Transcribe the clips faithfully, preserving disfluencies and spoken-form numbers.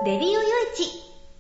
レディオよいち。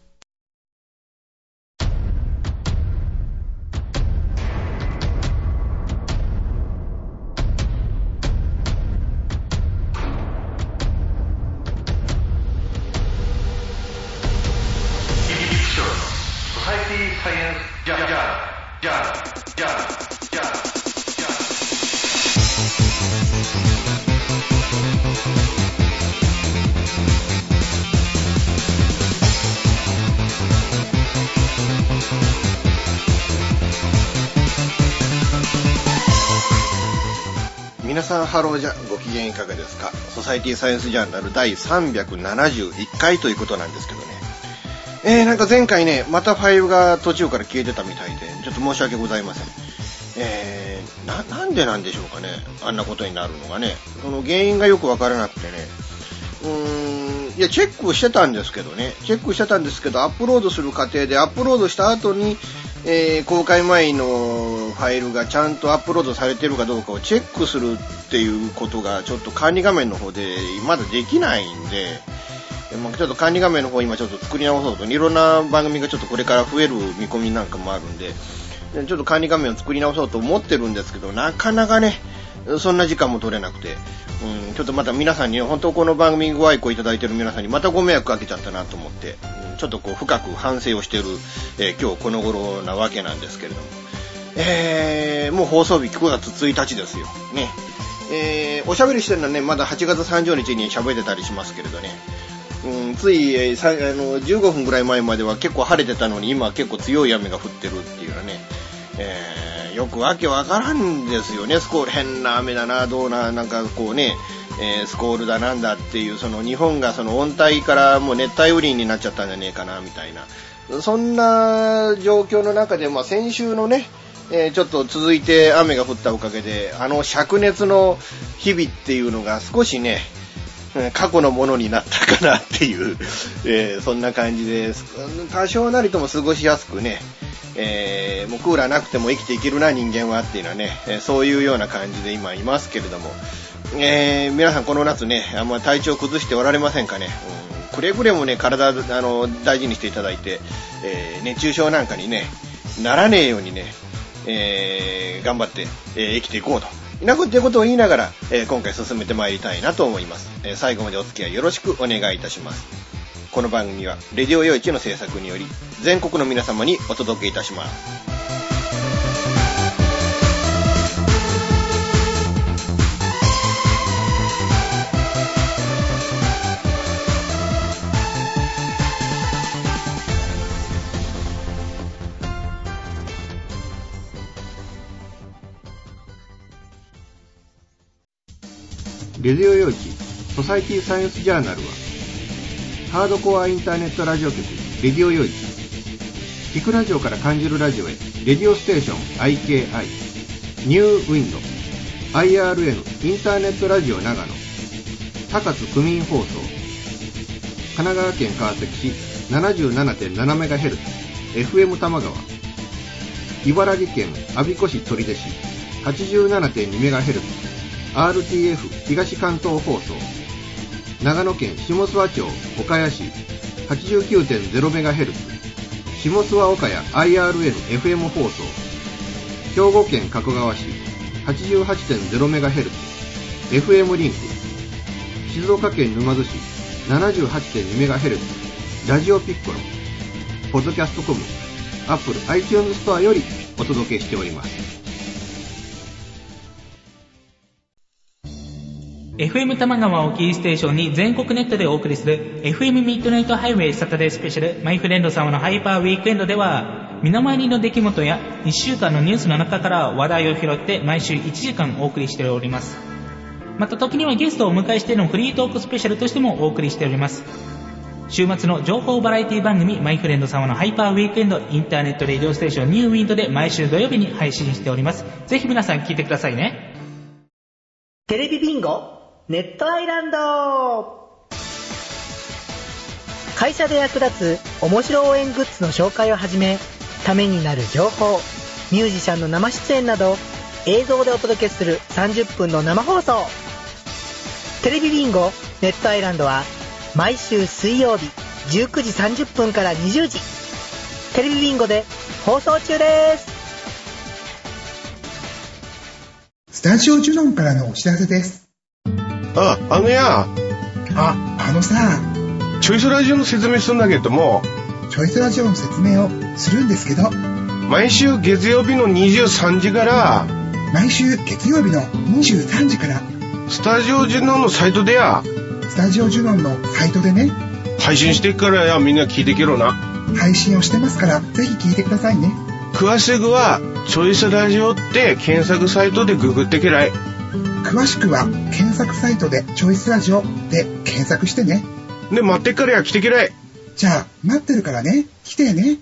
皆さんハローじゃご機嫌いかがですか。ソサイティサイエンスジャーナル第さんびゃくななじゅういっかいということなんですけどね、えー、なんか前回ねまたファイルが途中から消えてたみたいでちょっと申し訳ございません。えー、な, なんでなんでしょうかね、あんなことになるのがね。その原因がよくわからなくてね、うーんいやチェックしてたんですけどねチェックしてたんですけどアップロードする過程でアップロードした後にえー、公開前のファイルがちゃんとアップロードされてるかどうかをチェックするっていうことがちょっと管理画面の方でまだできないんで、まあ、ちょっと管理画面の方今ちょっと作り直そうといろんな番組がちょっとこれから増える見込みなんかもあるんでちょっと管理画面を作り直そうと思ってるんですけどなかなかねそんな時間も取れなくて、うん、ちょっとまた皆さんに本当この番組にご愛顧いただいている皆さんにまたご迷惑かけちゃったなと思って、うん、ちょっとこう深く反省をしている、えー、今日この頃なわけなんですけれども、えー、もう放送日くがつついたちですよね。えー、おしゃべりしてるのはねまだはちがつさんじゅうにちに喋ってたりしますけれどね、うん、つい、えー、さあのじゅうごふんぐらい前までは結構晴れてたのに今は結構強い雨が降ってるっていうのはね、えー、よくわけわからんですよね。スコール変な雨だなどうななんかこうね、えー、スコールだなんだっていうその日本がその温帯からもう熱帯雨林になっちゃったんじゃねえかなみたいなそんな状況の中で、まあ、先週のねえー、ちょっと続いて雨が降ったおかげであの灼熱の日々っていうのが少しね過去のものになったかなっていう、えー、そんな感じです。多少なりとも過ごしやすくね、えー、もうクーラーなくても生きていけるな人間はっていうのはね、えー、そういうような感じで今いますけれども、えー、皆さんこの夏ねあんま体調崩しておられませんかね、うん、くれぐれもね体あの大事にしていただいて、えー、熱中症なんかにねならねえようにねえー、頑張って、えー、生きていこうといなくっていうことを言いながら、えー、今回進めてまいりたいなと思います、えー、最後までお付き合いよろしくお願いいたします。この番組はレディオよいちの制作により全国の皆様にお届けいたします。レディオよいちソサイティサイエンスジャーナルはハードコアインターネットラジオ局レディオよいち聞くラジオから感じるラジオへレディオステーション アイケーアイ ニューウィンド アイアールエヌ インターネットラジオ長野高津区民放送神奈川県川崎市 ななじゅうななてんななメガヘルツ エフエム 玉川茨城県我孫子市取手市 はちじゅうななてんにメガヘルツアールティーエフ 東関東放送長野県下諏訪町岡谷市 はちじゅうきゅうてんゼロメガヘルツ 下諏訪岡谷 アイアールエヌエフエム 放送兵庫県加古川市 はちじゅうはちてんゼロメガヘルツ エフエム リンク静岡県沼津市 ななじゅうはちてんにメガヘルツ ラジオピッコロポッドキャストコムアップル iTunes ストアよりお届けしております。 エフエム 玉川をキーステーションに全国ネットでお送りする エフエム ミッドナイトハイウェイサタデースペシャルマイフレンド様のハイパーウィークエンドでは身の回りの出来事やいっしゅうかんのニュースの中から話題を拾って毎週いちじかんお送りしております。また時にはゲストをお迎えしてのフリートークスペシャルとしてもお送りしております。週末の情報バラエティ番組マイフレンド様のハイパーウィークエンドインターネットレディオステーションニューウィンドで毎週土曜日に配信しております。ぜひ皆さん聞いてくださいね。 テレビビンゴネットアイランド。会社で役立つ面白応援グッズの紹介をはじめためになる情報ミュージシャンの生出演など映像でお届けするさんじゅっぷんの生放送テレビビンゴネットアイランドは毎週水曜日じゅうくじさんじゅっぷんからにじゅうじ、テレビビンゴで放送中です。 スタジオジュノンからのお知らせです。 あ、あのやあ、あのさチョイスラジオの説明するんだけども、 チョイスラジオの説明をするんですけど、 毎週月曜日のにじゅうさんじから毎週月曜日のにじゅうさんじからスタジオジュノンのサイトでやスタジオジュノンのサイトでね配信してっからや、みんな聞いてけろな。 配信をしてますから、ぜひ聞いてくださいね。 詳しくはチョイスラジオって検索サイトでググってけらい。 詳しくは検索サイトでチョイスラジオで検索してね。 で、待ってっからや、来てけらい。 じゃあ待ってるからね、来てね。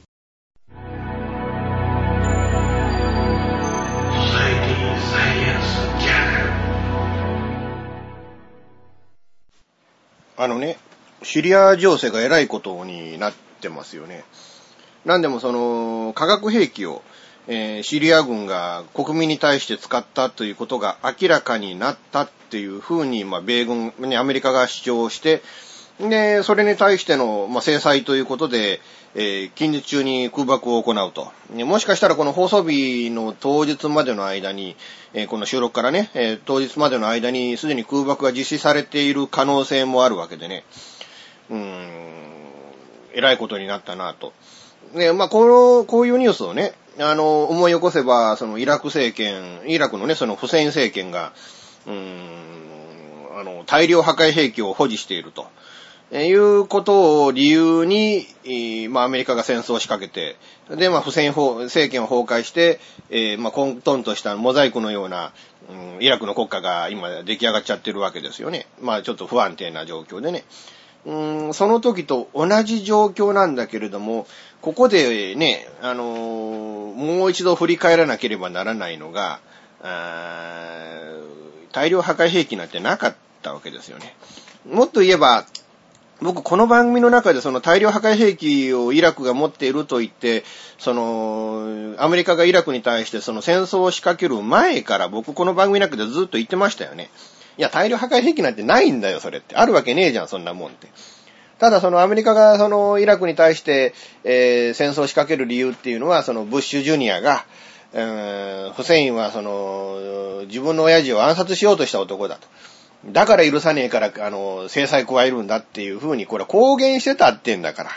あのね、シリア情勢がえらいことになってますよね。なんでもその化学兵器を、えー、シリア軍が国民に対して使ったということが明らかになったっていうふうに、まあ、米軍、ね、アメリカが主張して、で、それに対しての、まあ、制裁ということで、えー、近日中に空爆を行うと。もしかしたらこの放送日の当日までの間に、えー、この収録からね、えー、当日までの間にすでに空爆が実施されている可能性もあるわけでね。うーん、えらいことになったなと。ね、まあ、この、こういうニュースをね、あの、思い起こせば、そのイラク政権、イラクのね、そのフセイン政権が、うーん、あの、大量破壊兵器を保持していると。いうことを理由に、まあアメリカが戦争を仕掛けて、で、まあフセイン政権を崩壊して、えー、まあ混沌としたモザイクのような、うん、イラクの国家が今出来上がっちゃってるわけですよね。まあちょっと不安定な状況でね。うん、その時と同じ状況なんだけれども、ここでね、あのー、もう一度振り返らなければならないのが、あ大量破壊兵器なんてなかったわけですよね。もっと言えば、僕この番組の中でその大量破壊兵器をイラクが持っていると言って、そのアメリカがイラクに対してその戦争を仕掛ける前から僕この番組の中でずっと言ってましたよね。いや大量破壊兵器なんてないんだよそれって。あるわけねえじゃんそんなもんって。ただそのアメリカがそのイラクに対して、えー、戦争を仕掛ける理由っていうのはそのブッシュジュニアが、えー、フセインはその自分の親父を暗殺しようとした男だと。だから許さねえから、あの、制裁加えるんだっていうふうに、これ公言してたってんだから。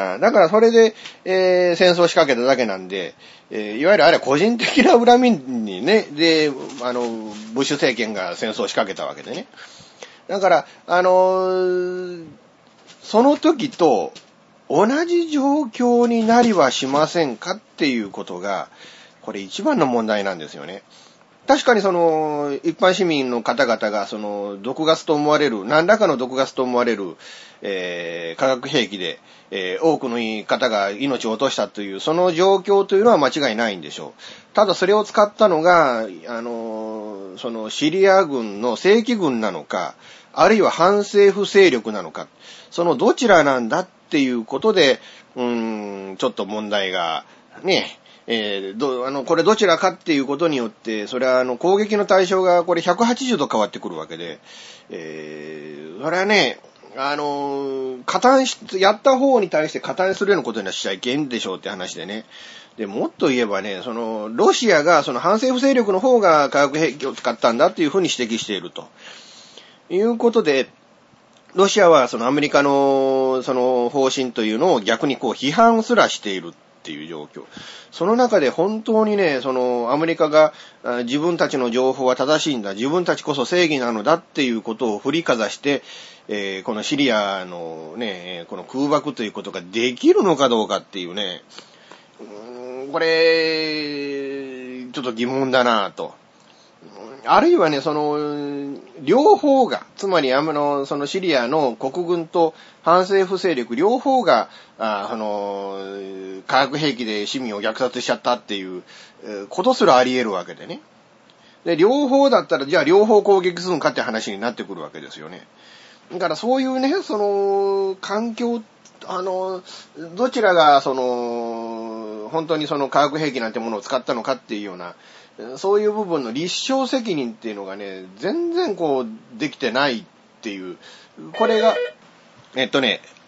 うん、だからそれで、えー、戦争を仕掛けただけなんで、えー、いわゆるあれは個人的な恨みにね、で、あの、ブッシュ政権が戦争を仕掛けたわけでね。だから、あのー、その時と同じ状況になりはしませんかっていうことが、これ一番の問題なんですよね。確かにその一般市民の方々がその毒ガスと思われる何らかの毒ガスと思われる、えー、化学兵器で、えー、多くの方が命を落としたというその状況というのは間違いないんでしょう。ただそれを使ったのがあのそのシリア軍の正規軍なのかあるいは反政府勢力なのかそのどちらなんだっていうことでうーんちょっと問題がね。えー、ど、あの、これどちらかっていうことによって、それはあの、攻撃の対象がこれひゃくはちじゅうど変わってくるわけで、えー、それはね、あの、加担し、やった方に対して加担するようなことにはしちゃいけんでしょうって話でね。で、もっと言えばね、その、ロシアがその反政府勢力の方が化学兵器を使ったんだっていうふうに指摘していると。いうことで、ロシアはそのアメリカのその方針というのを逆にこう批判すらしている。っていう状況。その中で本当にね、そのアメリカが自分たちの情報は正しいんだ、自分たちこそ正義なのだっていうことを振りかざして、えー、このシリアのね、この空爆ということができるのかどうかっていうね、うーんこれちょっと疑問だなぁと。あるいはね、その、両方が、つまり、あの、そのシリアの国軍と反政府勢力、両方が、あの、化学兵器で市民を虐殺しちゃったっていうことすらあり得るわけでね。で、両方だったら、じゃあ両方攻撃するのかって話になってくるわけですよね。だからそういうね、その、環境、あの、どちらが、その、本当にその化学兵器なんてものを使ったのかっていうような、そういう部分の立証責任っていうのがね、全然こう、できてないっていう、これが、えっとね、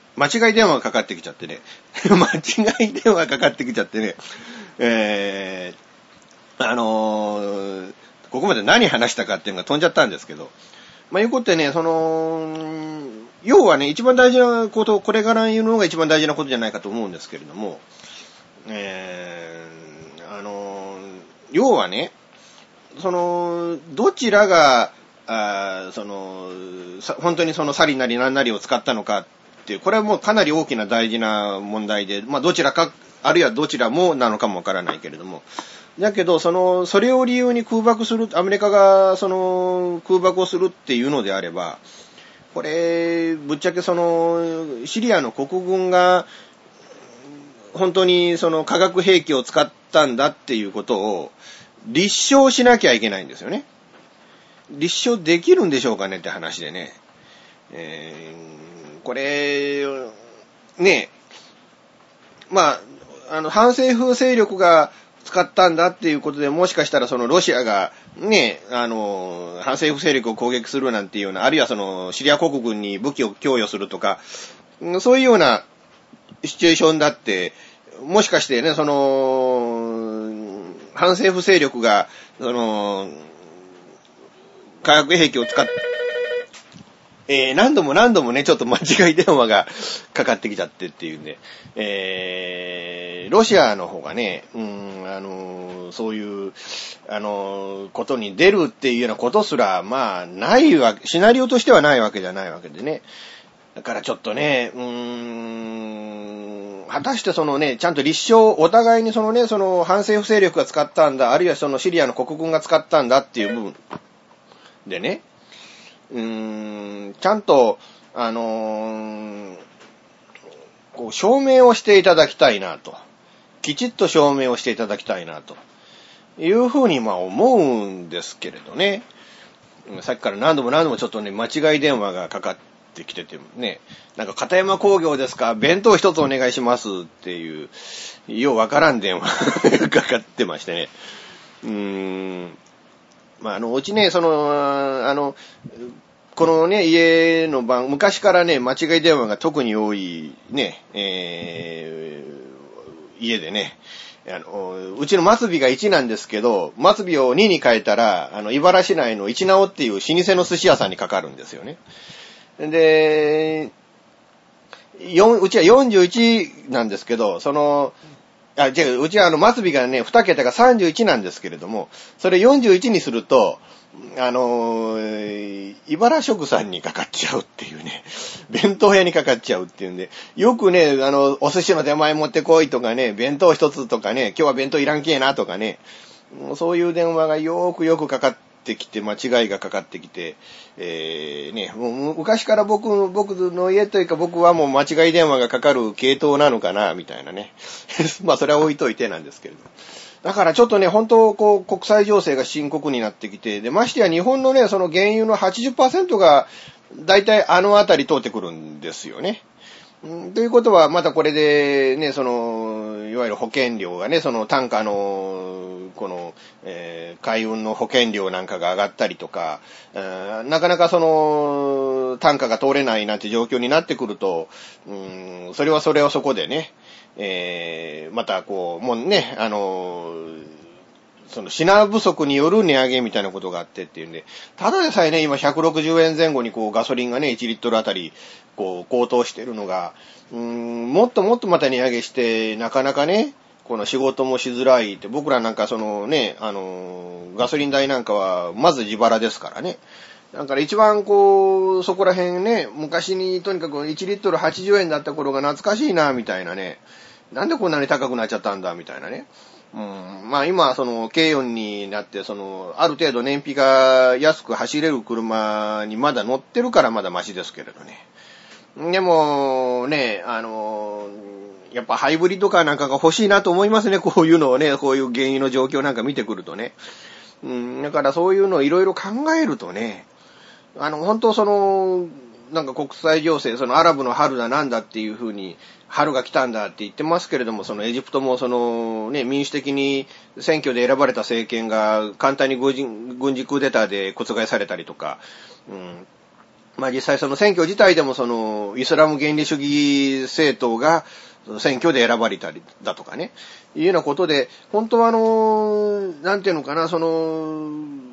間違い電話がかかってきちゃってね。間違い電話がかかってきちゃってね。えー、あのー、ここまで何話したかっていうのが飛んじゃったんですけど。まあ、いうことでね、その、要はね、一番大事なこと、これから言うのが一番大事なことじゃないかと思うんですけれども、えー、あのー、要はね、その、どちらが、あその、本当にそのサリなり何なりを使ったのかっていう、これはもうかなり大きな大事な問題で、まあどちらか、あるいはどちらもなのかもわからないけれども、だけど、その、それを理由に空爆する、アメリカがその空爆をするっていうのであれば、これ、ぶっちゃけその、シリアの国軍が、本当にその化学兵器を使ったんだっていうことを立証しなきゃいけないんですよね。立証できるんでしょうかねって話でね。えー、これ、ね、まあ、あの、反政府勢力が使ったんだっていうことで、もしかしたらそのロシアがね、あの、反政府勢力を攻撃するなんていうような、あるいはそのシリア国軍に武器を供与するとか、そういうようなシチュエーションだって、もしかしてね、その、反政府勢力が、その、化学兵器を使っ、えー、何度も何度もね、ちょっと間違い電話がかかってきちゃってっていうんで、えー、ロシアの方がね、うん、あの、そういう、あの、ことに出るっていうようなことすら、まあ、ないわけ、シナリオとしてはないわけじゃないわけでね。だからちょっとね、うーん、果たしてそのね、ちゃんと立証、お互いにそのね、その反政府勢力が使ったんだ、あるいはそのシリアの国軍が使ったんだっていう部分でね、うーん、ちゃんと、あのー、こう証明をしていただきたいなと。きちっと証明をしていただきたいなというふうにまあ思うんですけれどね。さっきから何度も何度もちょっとね、間違い電話がかかってきててね、なんか片山工業ですか、弁当一つお願いしますっていう、ようわからん電話がかかってましてね。うーん。まあ、あの、うちね、その、あの、このね、家の番、昔からね、間違い電話が特に多いね、えー、家でね、あの、うちの末尾がいちなんですけど、末尾をにに変えたら、あの、茨市内の一直っていう老舗の寿司屋さんにかかるんですよね。で、よん、うちはよんじゅういちなんですけど、その、あ、違う、うちはあの、末尾がね、に桁がさんじゅういちなんですけれども、それよんじゅういちにすると、あのー、茨食さんにかかっちゃうっていうね、弁当屋にかかっちゃうっていうんで、よくね、あの、お寿司の出前持ってこいとかね、弁当一つとかね、今日は弁当いらんけえなとかね、そういう電話がよーくよくかかってきて、間違いがかかってきて、えー、ね、もう昔から僕、僕の家というか僕はもう間違い電話がかかる系統なのかな、みたいなね。まあそれは置いといてなんですけれど。だからちょっとね、本当こう、国際情勢が深刻になってきて、で、ましてや日本のね、その原油の はちじゅっパーセント が、だいたいあのあたり通ってくるんですよね。んということは、またこれでね、その、いわゆる保険料がね、その単価の、この、えー、海運の保険料なんかが上がったりとか、なかなかその、単価が通れないなんて状況になってくると、うん、それはそれはそこでね、えー、またこう、もうね、あの、その品不足による値上げみたいなことがあってっていうんで、ただでさえね、今ひゃくろくじゅうえん前後にこうガソリンがね、いちリットルあたり、こう高騰してるのが、うーん、もっともっとまた値上げして、なかなかね、この仕事もしづらいって、僕らなんかそのね、あの、ガソリン代なんかはまず自腹ですからね。だから一番こう、そこら辺ね、昔にとにかくいちリットルはちじゅうえんだった頃が懐かしいな、みたいなね。なんでこんなに高くなっちゃったんだ、みたいなね。うん、まあ今、その、軽よんになって、その、ある程度燃費が安く走れる車にまだ乗ってるからまだマシですけれどね。でも、ね、あの、やっぱハイブリッドカーなんかが欲しいなと思いますね。こういうのをね、こういう原油の状況なんか見てくるとね。うん、だからそういうのをいろいろ考えるとね、あの、本当その、なんか国際情勢、そのアラブの春だなんだっていう風に、春が来たんだって言ってますけれども、そのエジプトもそのね、民主的に選挙で選ばれた政権が簡単に軍事、軍事クーデターで覆されたりとか、 まあ実際その選挙自体でもそのイスラム原理主義政党が選挙で選ばれたりだとかね、いうようなことで、本当はあの、なんていうのかな、その、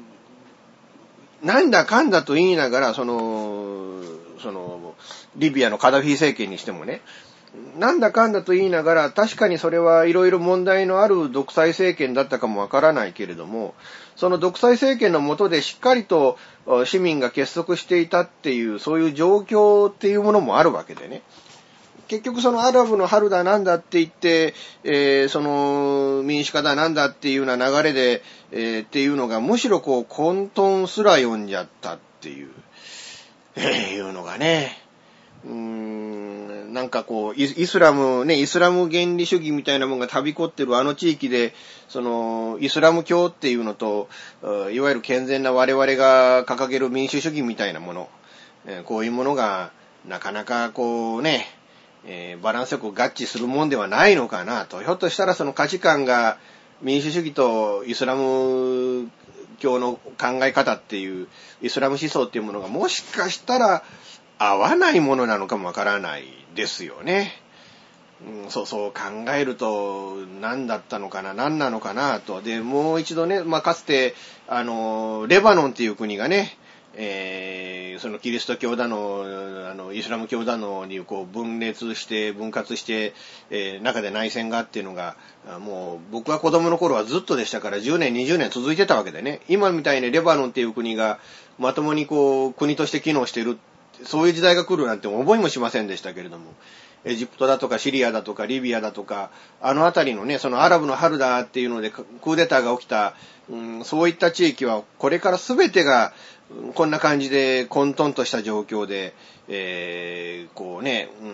なんだかんだと言いながら、その、その、リビアのカダフィ政権にしてもね、なんだかんだと言いながら、確かにそれはいろいろ問題のある独裁政権だったかもわからないけれども、その独裁政権の下でしっかりと市民が結束していたっていう、そういう状況っていうものもあるわけでね。結局そのアラブの春だなんだって言って、えー、その民主化だなんだっていうような流れで、えー、っていうのがむしろこう混沌すら読んじゃったっていう、えー、いうのがね、うーん、なんかこうイスラムね、イスラム原理主義みたいなものがはびこってるあの地域で、そのイスラム教っていうのと、いわゆる健全な我々が掲げる民主主義みたいなもの、えー、こういうものがなかなかこうね、えー、バランスよく合致するもんではないのかなと。ひょっとしたらその価値観が民主主義とイスラム教の考え方っていう、イスラム思想っていうものがもしかしたら合わないものなのかもわからないですよね。うん、そうそう考えると何だったのかな、何なのかなと。で、もう一度ね、まあ、かつて、あの、レバノンっていう国がね、えー、そのキリスト教だの、あの、イスラム教だのにこう分裂して、分割して、えー、中で内戦がっていうのが、もう僕は子供の頃はずっとでしたからじゅうねん、にじゅうねん続いてたわけでね。今みたいにレバノンっていう国がまともにこう、国として機能してる、そういう時代が来るなんて思いもしませんでしたけれども。エジプトだとかシリアだとかリビアだとか、あのあたりのね、そのアラブの春だっていうのでクーデターが起きた、うん、そういった地域はこれから全てがこんな感じで混沌とした状況で、えー、こうね、うん、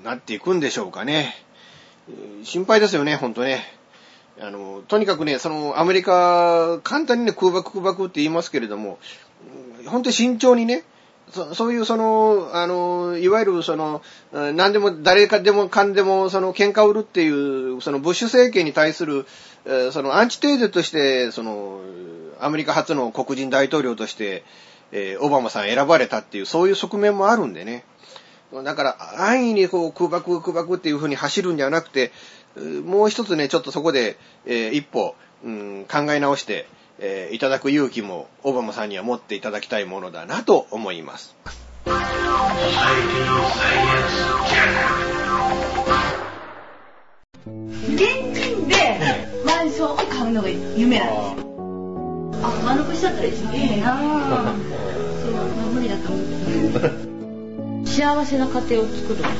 なっていくんでしょうかね。心配ですよね、ほんとね。あの、とにかくね、そのアメリカ、簡単にね、空爆空爆って言いますけれども、本当に慎重にね、そ, そういうその、あの、いわゆるその、何でも誰かでもかんでもその喧嘩を売るっていう、そのブッシュ政権に対する、そのアンチテーゼとして、その、アメリカ初の黒人大統領として、えー、オバマさん選ばれたっていう、そういう側面もあるんでね。だから、安易にこう空爆空爆っていう風に走るんじゃなくて、もう一つね、ちょっとそこで、えー、一歩、うん、考え直して、えー、いただく勇気もオバマさんには持っていただきたいものだなと思います。 現金でマンションを買うのが夢なんですよ。あ、丸腰だったら一番いいなぁ。そう、まあ、無理だと思う。幸せな家庭を作ること。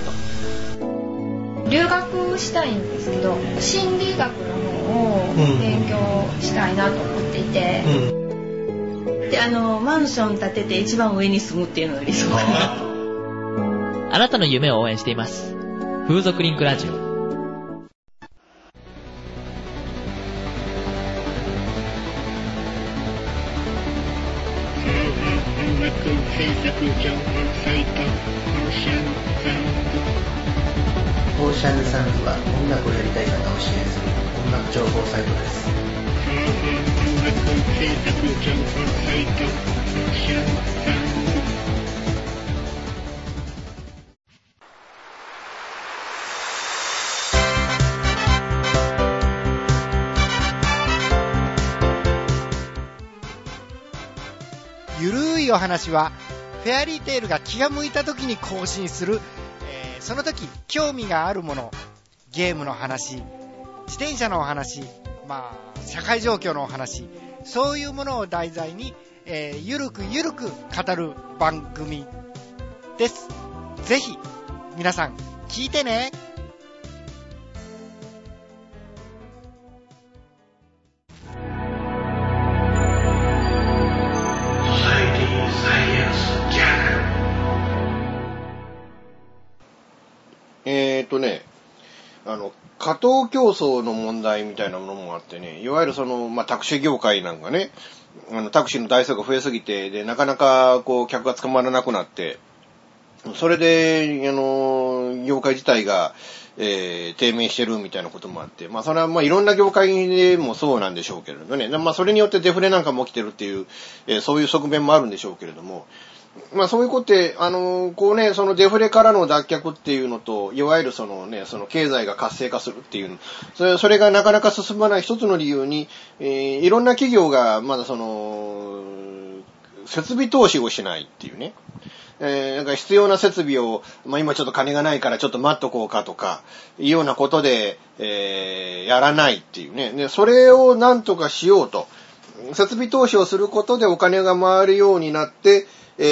留学したいんですけど、心理学の方を勉強したいなと思っていて、うん、で、あのマンション建てて一番上に住むっていうのが理想かなと。 あなたの夢を応援しています。風俗リンクラジオ。 オーシャンズサウンズは音楽をやりたい方を支援する音楽情報サイトです。 ゆるいお話はフェアリーテールが気が向いた時に更新する、えー、その時興味があるもの、ゲームの話、自転車のお話、まあ社会状況のお話、そういうものを題材に、えー、ゆるくゆるく語る番組です。ぜひ皆さん聞いてね。 えーっとね、あの、過当競争の問題みたいなものもあってね、いわゆるその、まあ、タクシー業界なんかね、あの、タクシーの台数が増えすぎて、で、なかなか、こう、客が捕まらなくなって、それで、あの、業界自体が、えー、低迷してるみたいなこともあって、まあ、それは、まあ、いろんな業界でもそうなんでしょうけれどね、まあ、それによってデフレなんかも起きてるっていう、えー、そういう側面もあるんでしょうけれども、 まあそういうことで、あの、こうね、そのデフレからの脱却っていうのと、いわゆるそのね、その経済が活性化するっていう、それ、それがなかなか進まない一つの理由に、えー、いろんな企業がまだその、設備投資をしないっていうね。えー、なんか必要な設備を、まあ今ちょっと金がないからちょっと待っとこうかとか、いうようなことで、えー、やらないっていうね。で、それをなんとかしようと。設備投資をすることでお金が回るようになって、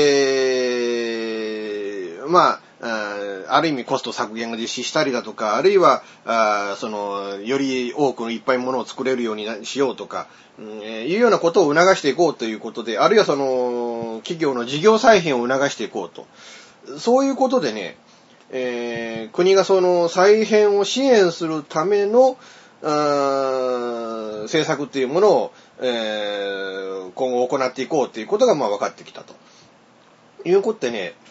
えー、まあ、ある意味コスト削減を実施したりだとか、あるいは、あその、より多くのいっぱいものを作れるようにしようとか、うん、えー、いうようなことを促していこうということで、あるいはその、企業の事業再編を促していこうと。そういうことでね、えー、国がその再編を支援するための、政策っていうものを、えー、今後行っていこうということがまあ分かってきたと。いうことでね、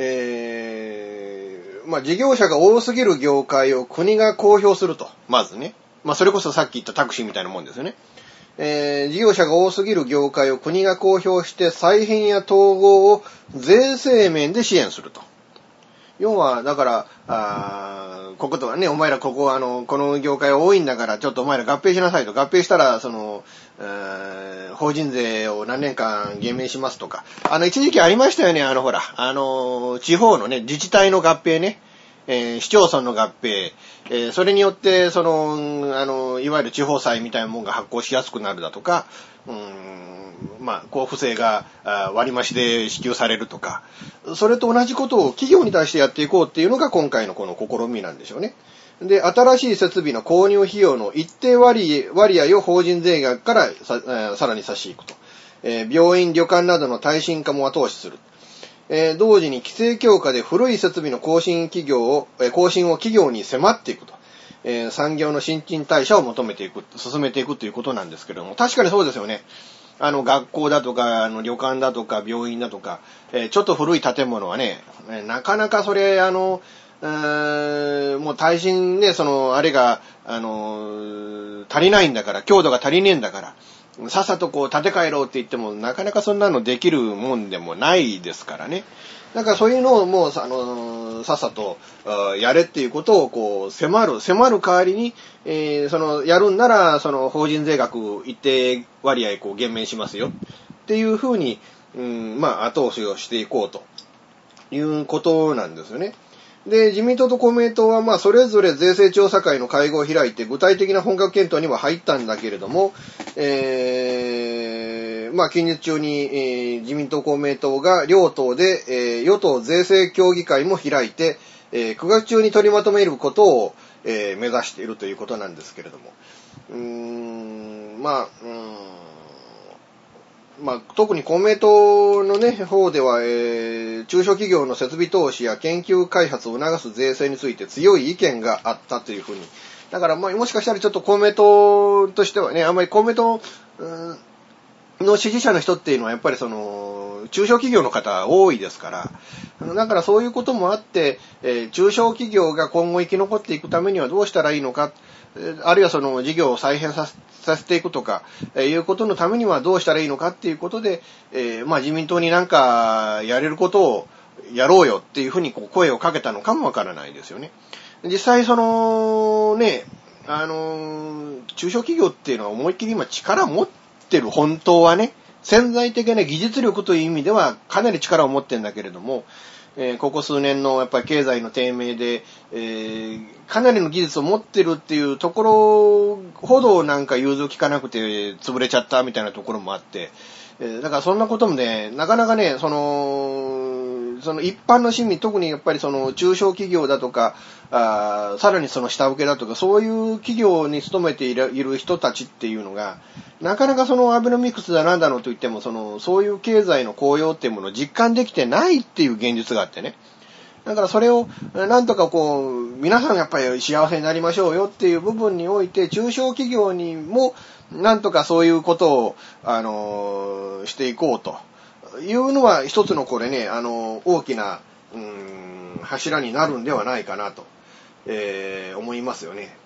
えー、まあ事業者が多すぎる業界を国が公表すると。まずね。まあそれこそさっき言ったタクシーみたいなもんですよね。えー、事業者が多すぎる業界を国が公表して再編や統合を税制面で支援すると。要は、だから、あこことはね、お前らここ、あの、この業界は多いんだから、ちょっとお前ら合併しなさいと。合併したら、その、法人税を何年間減免しますとか。あの、一時期ありましたよね、あの、ほら、あの、地方のね、自治体の合併ね。えー、市町村の合併、えー、それによって、その、あの、いわゆる地方債みたいなものが発行しやすくなるだとか、うーん、まあ、交付税が割増で支給されるとか、それと同じことを企業に対してやっていこうっていうのが今回のこの試みなんでしょうね。で、新しい設備の購入費用の一定割、割合を法人税額からさ、さらに差し引くと。えー、病院、旅館などの耐震化も後押しする。えー、同時に規制強化で古い設備の更新企業を、えー、更新を企業に迫っていくと。えー、産業の新陳代謝を求めていく、進めていくということなんですけれども、確かにそうですよね。あの、学校だとか、あの、旅館だとか、病院だとか、えー、ちょっと古い建物はね、えー、なかなかそれ、あの、えー、もう耐震ね、その、あれが、あの、足りないんだから、強度が足りねえんだから、さっさとこう建て替えろって言っても、なかなかそんなのできるもんでもないですからね。だからそういうのをもう、あの、さっさとやれっていうことをこう迫る、迫る代わりに、えー、その、やるんなら、その法人税額一定割合こう減免しますよっていうふうに、うん、まあ後押しをしていこうということなんですよね。で、自民党と公明党はまあそれぞれ税制調査会の会合を開いて具体的な本格検討には入ったんだけれども、えー、まあ近日中に、えー、自民党公明党が両党で、えー、与党税制協議会も開いて、えー、くがつ中に取りまとめることを、えー、目指しているということなんですけれども、うーん、まあ、うーんまあ、特に公明党のね、方では、えー、中小企業の設備投資や研究開発を促す税制について強い意見があったというふうに。だから、まあ、もしかしたらちょっと公明党としてはね、あんまり公明党の支持者の人っていうのはやっぱりその、中小企業の方多いですから、だからそういうこともあって、えー、中小企業が今後生き残っていくためにはどうしたらいいのか、あるいはその事業を再編させさせていくとか、えー、いうことのためにはどうしたらいいのかっていうことで、えー、まあ自民党になんかやれることをやろうよっていうふうにこう声をかけたのかもわからないですよね。実際そのね、あのー、中小企業っていうのは思いっきり今力を持ってる、本当はね、潜在的な技術力という意味ではかなり力を持ってるんだけれども、えー、ここ数年のやっぱり経済の低迷で、えー、かなりの技術を持ってるっていうところほどなんか融通きかなくて潰れちゃったみたいなところもあって、えー、だからそんなこともね、なかなかね、その、その一般の市民、特にやっぱりその中小企業だとか、あさらにその下請けだとか、そういう企業に勤めている、いる人たちっていうのが、なかなかそのアベノミクスだなんだのと言っても、その、そういう経済の効用っていうものを実感できてないっていう現実があってね。だからそれを、なんとかこう、皆さんやっぱり幸せになりましょうよっていう部分において、中小企業にも、なんとかそういうことを、あのー、していこうというのは一つのこれね、あのー、大きな、うーん、柱になるんではないかなと、えー、思いますよね。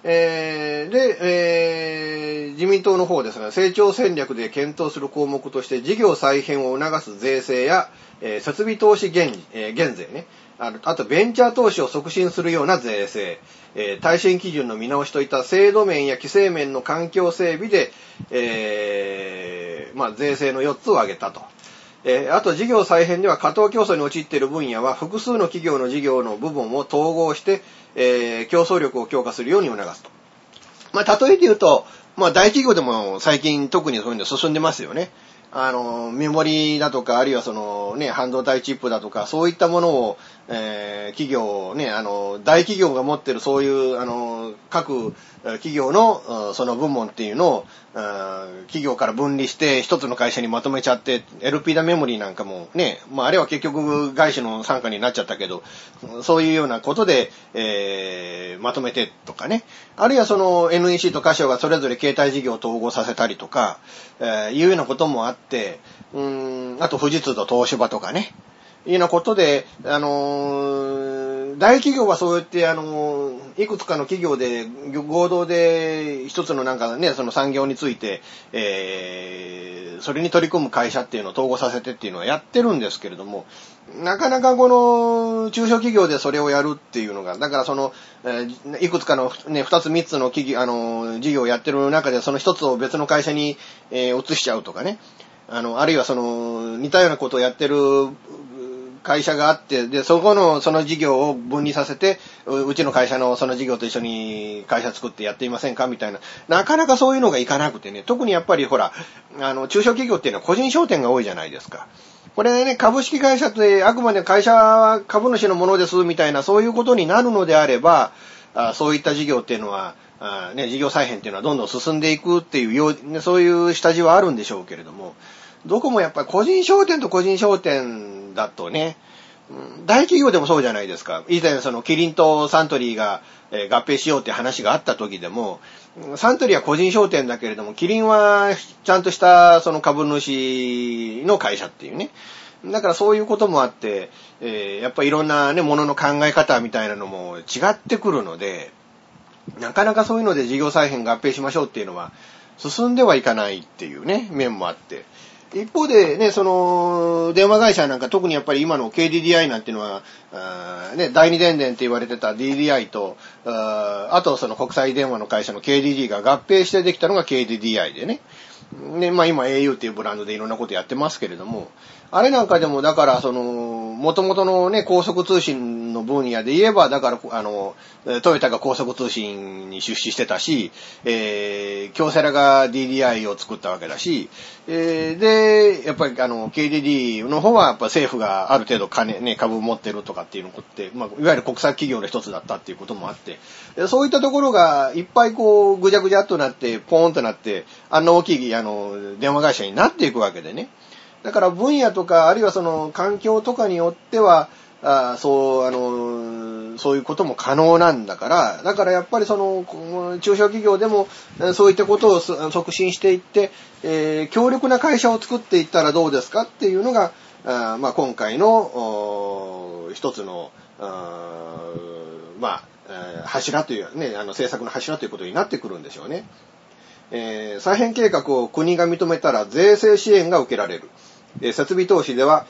えー、で、えー、自民党の方ですが、成長戦略で検討する項目として、事業再編を促す税制や、えー、設備投資減、えー、減税ね、あ, あとベンチャー投資を促進するような税制、えー、耐震基準の見直しといった制度面や規制面の環境整備で、えーまあ、税制のよっつを挙げたと。えー、あと事業再編では過当競争に陥っている分野は複数の企業の事業の部分を統合して、えー、競争力を強化するように促すと。まあ、例えて言うと、まあ、大企業でも最近特にそういうの進んでますよね。あの、メモリだとか、あるいはそのね、半導体チップだとか、そういったものを、えー、企業、ね、あの、大企業が持ってるそういう、あの、各企業の、その部門っていうのを、企業から分離して一つの会社にまとめちゃって、エルピー ダメモリなんかもね、まあ、あれは結局外資の傘下になっちゃったけど、そういうようなことで、えー、まとめてとかね。あるいはその エヌイーシー とカシオがそれぞれ携帯事業を統合させたりとか、えー、いうようなこともあって、うーん、あと富士通と東芝とかね、いうようなことで、あのー、大企業はそうやって、あのー、いくつかの企業で合同で一つのなんかね、その産業について、えー、それに取り組む会社っていうのを統合させてっていうのはやってるんですけれども、なかなかこの中小企業でそれをやるっていうのが、だからその、えー、いくつかのね、二つ三つの企業、あのー、事業をやってる中でその一つを別の会社に、えー、移しちゃうとかね、あの、あるいはその、似たようなことをやってる会社があって、で、そこの、その事業を分離させて、うちの会社のその事業と一緒に会社作ってやっていませんかみたいな。なかなかそういうのがいかなくてね、特にやっぱりほら、あの、中小企業っていうのは個人商店が多いじゃないですか。これね、株式会社ってあくまで会社は株主のものですみたいな、そういうことになるのであれば、あそういった事業っていうのは、あね、事業再編っていうのはどんどん進んでいくっていうよう、ね、そういう下地はあるんでしょうけれども、どこもやっぱり個人商店と個人商店だとね、大企業でもそうじゃないですか。以前そのキリンとサントリーが合併しようって話があった時でも、サントリーは個人商店だけれども、キリンはちゃんとしたその株主の会社っていうね。だからそういうこともあって、えー、やっぱりいろんなね、ものの考え方みたいなのも違ってくるので、なかなかそういうので事業再編合併しましょうっていうのは進んではいかないっていうね、面もあって。一方でね、その、電話会社なんか特にやっぱり今の ケーディーディーアイ なんていうのは、あね、第二電電って言われてた ディーディーアイ と、あ, あとその国際電話の会社の ケーディーディー が合併してできたのが ケーディーディーアイ でね。ね、まあ今 エーユー っていうブランドでいろんなことやってますけれども、あれなんかでもだからその、元々のね、高速通信の分野で言えば、だからあの、トヨタが高速通信に出資してたし、えー、京セラが ディーディーアイ を作ったわけだし、えー、で、やっぱりあの、ケーディーディー の方はやっぱ政府がある程度金、ね、株を持ってるとかっていうのって、まあ、いわゆる国際企業の一つだったっていうこともあって、そういったところがいっぱいこう、ぐちゃぐちゃっとなって、ポーンとなって、あんな大きいあの、電話会社になっていくわけでね。だから分野とか、あるいはその環境とかによっては、あそう、あの、そういうことも可能なんだから、だからやっぱりその、中小企業でも、そういったことを促進していって、えー、強力な会社を作っていったらどうですかっていうのが、あまあ今回の、一つの、あまあ、柱というね、あの政策の柱ということになってくるんでしょうね。えー、再編計画を国が認めたら税制支援が受けられる。えー、設備投資では、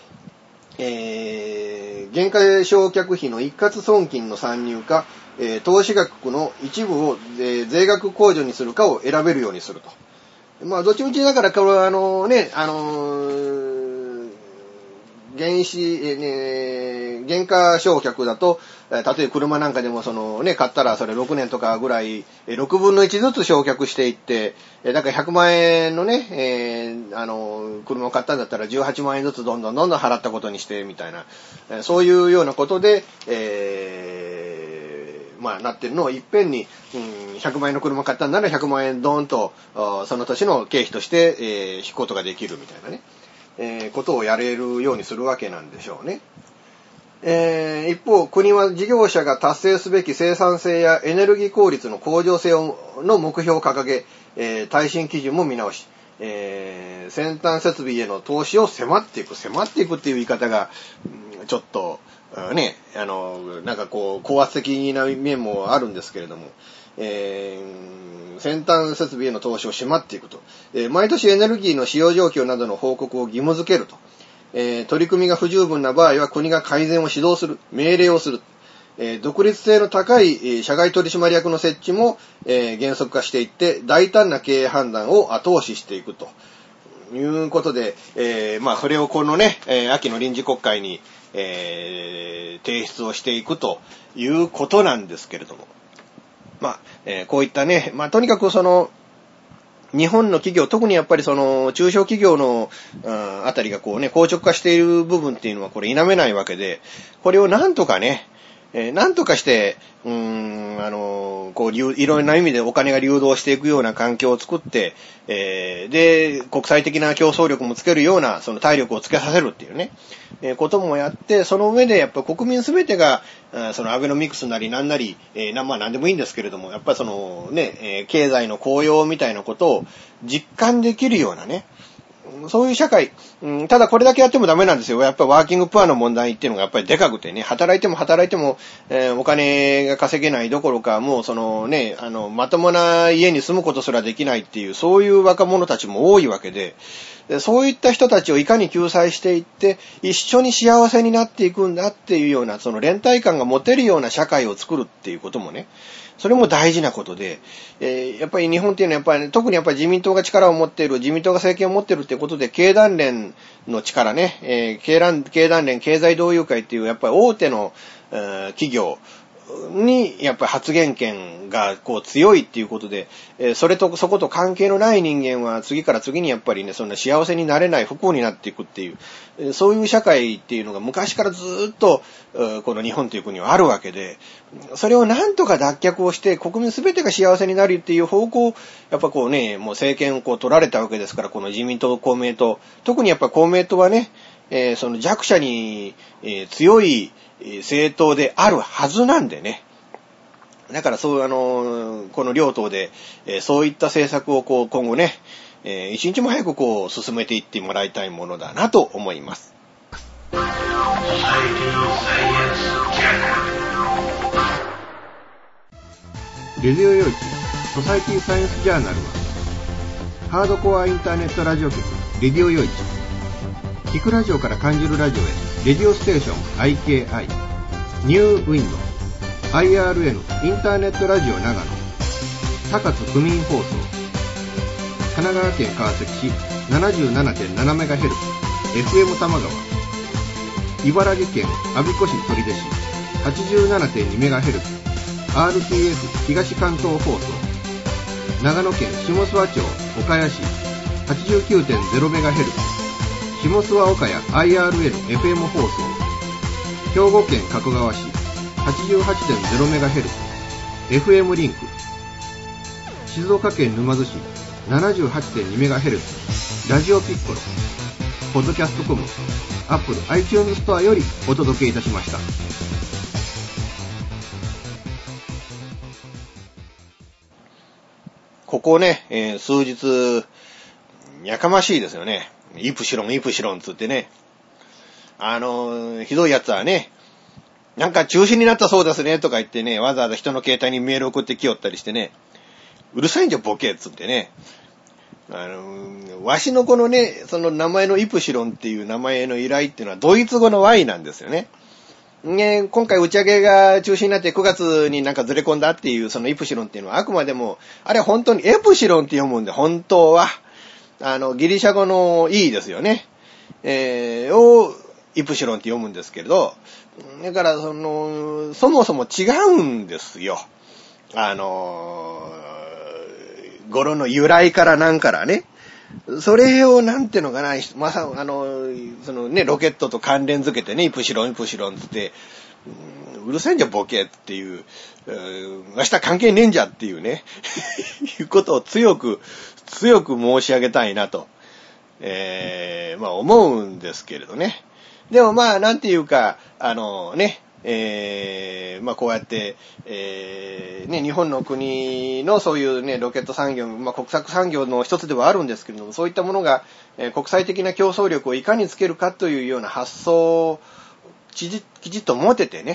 えー、減価償却費の一括損金の算入か、えー、投資額の一部を、えー、税額控除にするかを選べるようにすると。まあ、どっちみちだから、これはあのね、あのー、原資、えー、減価償却だと、例えば車なんかでもそのね、買ったらそれろくねんとかぐらい、ろくぶんのいちずつ償却していって、だからひゃくまんえんのね、えー、あの、車を買ったんだったらじゅうはちまんえんずつどんどんどんどん払ったことにして、みたいな、そういうようなことで、えー、まあなってるのをいっぺんに、うん、ひゃくまんえんの車を買ったんならひゃくまんえんドーンと、その年の経費として、えー、引くことができるみたいなね、えー、ことをやれるようにするわけなんでしょうね。えー、一方、国は事業者が達成すべき生産性やエネルギー効率の向上性をの目標を掲げ、えー、耐震基準も見直し、えー、先端設備への投資を迫っていく、迫っていくっていう言い方が、うん、ちょっと、ね、あの、なんかこう、高圧的な面もあるんですけれども、 えー、先端設備への投資を迫っていくと。えー、毎年エネルギーの使用状況などの報告を義務付けると。えー、取り組みが不十分な場合は国が改善を指導する、命令をする。えー、独立性の高い、えー、社外取締役の設置も、えー、原則化していって、大胆な経営判断を後押ししていくということで、えー、まあ、それをこのね、えー、秋の臨時国会に、えー、提出をしていくということなんですけれども。まあ、えー、こういったね、まあ、とにかくその、日本の企業、特にやっぱりその、中小企業の、うん、あたりがこうね、硬直化している部分っていうのはこれ否めないわけで、これをなんとかね、えー、なんとかして、うーん、あのー、こう、いろんな意味でお金が流動していくような環境を作って、えー、で、国際的な競争力もつけるような、その体力をつけさせるっていうね、えー、こともやって、その上でやっぱ国民すべてが、そのアベノミクスなりなんなり、えー、な、まあなんでもいいんですけれども、やっぱりそのね、えー、経済の効用みたいなことを実感できるようなね、そういう社会、うん、ただこれだけやってもダメなんですよ。やっぱりワーキングプアの問題っていうのがやっぱりでかくてね、働いても働いても、えー、お金が稼げないどころか、もうそのね、あの、まともな家に住むことすらできないっていう、そういう若者たちも多いわけで、でそういった人たちをいかに救済していって、一緒に幸せになっていくんだっていうような、その連帯感が持てるような社会を作るっていうこともね、それも大事なことで、えー、やっぱり日本っていうのはやっぱり、ね、特にやっぱり自民党が力を持っている、自民党が政権を持っているっていうことで、経団連の力ね、えー、経団、経団連経済同友会っていうやっぱり大手の、えー、企業にやっぱり発言権がこう強いっていうことで、えー、それとそこと関係のない人間は次から次にやっぱりね、そんな幸せになれない、不幸になっていくっていう、えー、そういう社会っていうのが昔からずーっと、えー、この日本という国はあるわけで、それをなんとか脱却をして国民すべてが幸せになるっていう方向をやっぱこうね、もう政権をこう取られたわけですから、この自民党、公明党、特にやっぱ公明党はね、えー、その弱者に、えー、強い政党であるはずなんでね。だからそう、あの、この両党で、えー、そういった政策をこう今後ね、えー、一日も早くこう進めていってもらいたいものだなと思います。レディオ用地ソサイティサイエンスジャーナルは、ハードコアインターネットラジオ局レディオ用地、聞くラジオから感じるラジオへ、レディオステーション アイケーアイ、 ニューウィンド アイアールエヌ インターネットラジオ長野、高津区民放送、神奈川県川崎市 ななじゅうななてんななメガヘルツ エフエム 玉川、茨城県我孫子市取手市 はちじゅうななてんにメガヘルツ アールティーエフ 東関東放送、長野県下諏訪町岡谷市 はちじゅうきゅうてんゼロメガヘルツ 下諏訪岡谷 アイアールエヌ エフエム 放送、兵庫県加古川市 はちじゅうはちてんゼロメガヘルツ エフエム リンク、静岡県沼津市 ななじゅうはちてんにメガヘルツ ラジオピッコロ、ポッドキャストコム、アップル iTunes ストアよりお届けいたしました。ここね、えー、数日やかましいですよね。イプシロンイプシロンつってね、あのー、ひどいやつはね、なんか中止になったそうですねとか言ってね、わざわざ人の携帯にメール送ってきよったりしてね、うるさいんじゃボケっつってね、あのー、わしのこのね、その名前のイプシロンっていう名前の由来っていうのはドイツ語の Y なんですよね。ね、今回打ち上げが中止になってくがつになんかずれ込んだっていうそのイプシロンっていうのはあくまでも、あれ本当にエプシロンって読むんで、本当は、あの、ギリシャ語の E ですよね。えー、をイプシロンって読むんですけれど、だからその、そもそも違うんですよ。あのー、語呂の由来からなんからね。それをなんていうのかな、まさ、あの、そのね、ロケットと関連づけてね、イプシロン、イプシロンつって、うるさいんじゃボケっていう、明日関係ねえんじゃっていうね、いうことを強く、強く申し上げたいなと、えー、まあ思うんですけれどね。でもまあ、なんていうか、あのね、えー、まあこうやって、えー、ね、日本の国のそういうね、ロケット産業、まあ国策産業の一つではあるんですけれども、そういったものが、えー、国際的な競争力をいかにつけるかというような発想をきち、きちっと持ててね、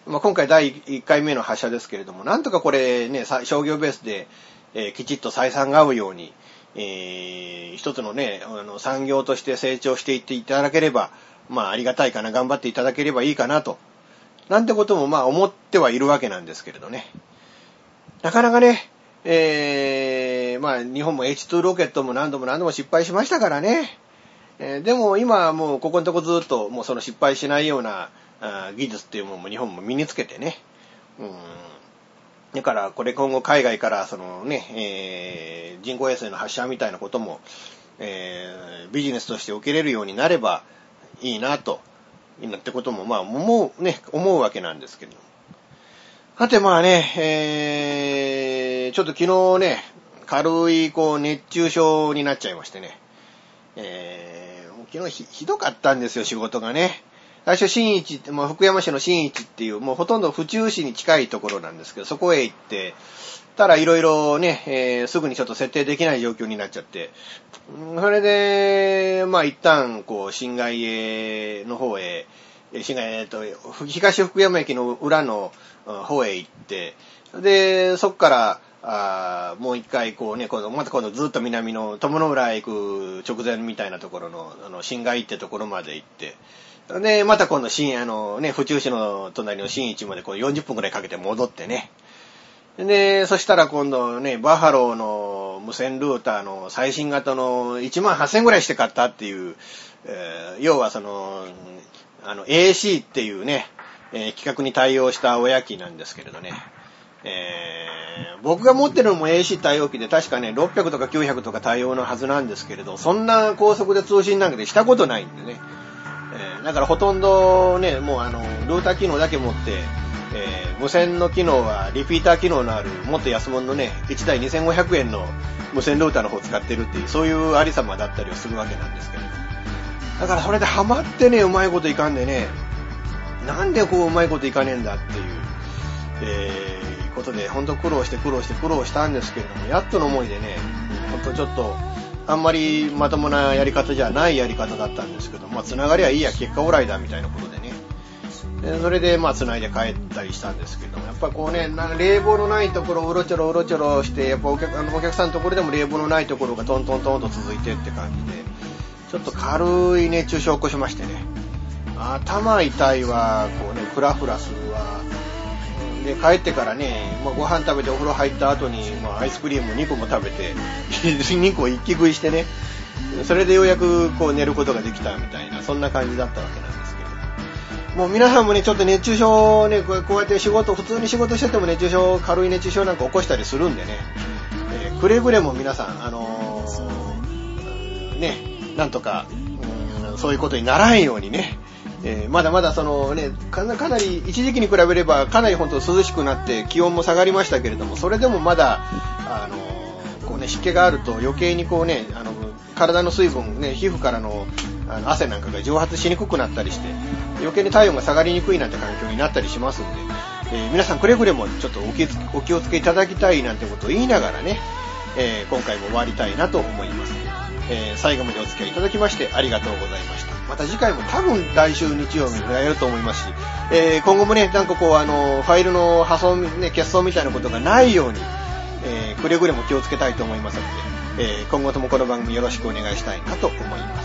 まあ、今回だいいっかいめの発射ですけれども、なんとかこれね、商業ベースで、えー、きちっと採算が合うように、えー、一つのね、あの産業として成長していっていただければ、まあありがたいかな、頑張っていただければいいかなと、なんてこともまあ思ってはいるわけなんですけれどね。なかなかね、えー、まあ日本も エイチツー ロケットも何度も何度も失敗しましたからね。えー、でも今はもうここのとこずっともうその失敗しないようなあ技術っていうものも日本も身につけてね。うん。だからこれ今後海外からそのね、えー、人工衛星の発射みたいなことも、えー、ビジネスとして受けれるようになればいいなと、いいなってこともまあ思うね、思うわけなんですけれども。さてまあね、えー、ちょっと昨日ね、軽いこう熱中症になっちゃいましてね。えー、もう昨日 ひ, ひどかったんですよ、仕事がね。最初新市って、まあ、福山市の新市っていう、もうほとんど府中市に近いところなんですけど、そこへ行って、ただいろいろね、えー、すぐにちょっと設定できない状況になっちゃって、それで、まあ一旦、こう、新外への方へ、新外へ、えっと、東福山駅の裏の方へ行って、で、そこから、あもう一回こうね、今度、また今度ずっと南の友の浦へ行く直前みたいなところの、あの、新外ってところまで行って、で、また今度新、あのね、府中市の隣の新市までこうよんじゅっぷんくらいかけて戻ってね。で、そしたら今度ね、バファローの無線ルーターの最新型のいちまんはっせんぐらいして買ったっていう、えー、要はその、あの、エーシー っていうね、えー、規格に対応した親機なんですけれどね。えー、僕が持ってるのも エーシー 対応機で確かね、ろっぴゃくとかきゅうひゃくとか対応のはずなんですけれど、そんな高速で通信なんかでしたことないんでね。えー、だからほとんどね、もうあの、ルーター機能だけ持って、えー、無線の機能はリピーター機能のある、もっと安物のね、いちだいにせんごひゃくえんの無線ルーターの方を使ってるっていう、そういうありさまだったりをするわけなんですけど。だからそれでハマってね、うまいこといかんでね、なんでこううまいこといかねえんだっていう、えー、ことで、ほんと苦労して苦労して苦労したんですけれども、やっとの思いでね、ほんとちょっと、あんまりまともなやり方じゃないやり方だったんですけど、まあ、つながりはいいや、結果オーライだ、みたいなことでね。でそれで、まあ、つないで帰ったりしたんですけども、やっぱこうね、なんか冷房のないところをうろちょろうろちょろして、やっぱお客、あのお客さんのところでも冷房のないところがトントントンと続いてって感じで、ちょっと軽い熱中症を起こしましてね。頭痛いわ、こうね、フラフラするわ。で、帰ってからね、まあ、ご飯食べてお風呂入った後に、まあ、アイスクリームにこも食べて、にこ一気食いしてね、それでようやくこう寝ることができたみたいな、そんな感じだったわけなんですけど。もう皆さんもね、ちょっと熱中症ね、こう、こうやって仕事、普通に仕事してても熱中症、軽い熱中症なんか起こしたりするんでね、えー、くれぐれも皆さん、あのー、ね、なんとか、うん、そういうことにならんようにね、えー、まだまだそのね、かな、かなり一時期に比べればかなり本当涼しくなって気温も下がりましたけれども、それでもまだあのこうね、湿気があると余計にこうね、あの体の水分ね、皮膚からの、あの汗なんかが蒸発しにくくなったりして余計に体温が下がりにくいなんて環境になったりしますんで、えー、皆さんくれぐれもちょっとお気, お気をつけいただきたいなんてことを言いながらね、えー、今回も終わりたいなと思います。えー、最後までお付き合いいただきましてありがとうございました。また次回も多分来週日曜日にやると思いますし、えー、今後もね、なんかこうあのファイルの破損ね、欠損みたいなことがないように、えー、くれぐれも気をつけたいと思いますので、えー、今後ともこの番組よろしくお願いしたいなと思います。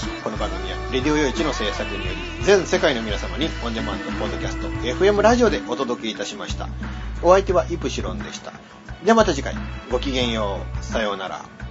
この番組はレディオヨイチの制作により全世界の皆様にオンデマンドポッドキャスト エフエム ラジオでお届けいたしました。お相手はイプシロンでした。ではまた次回ごきげんよう。さようなら。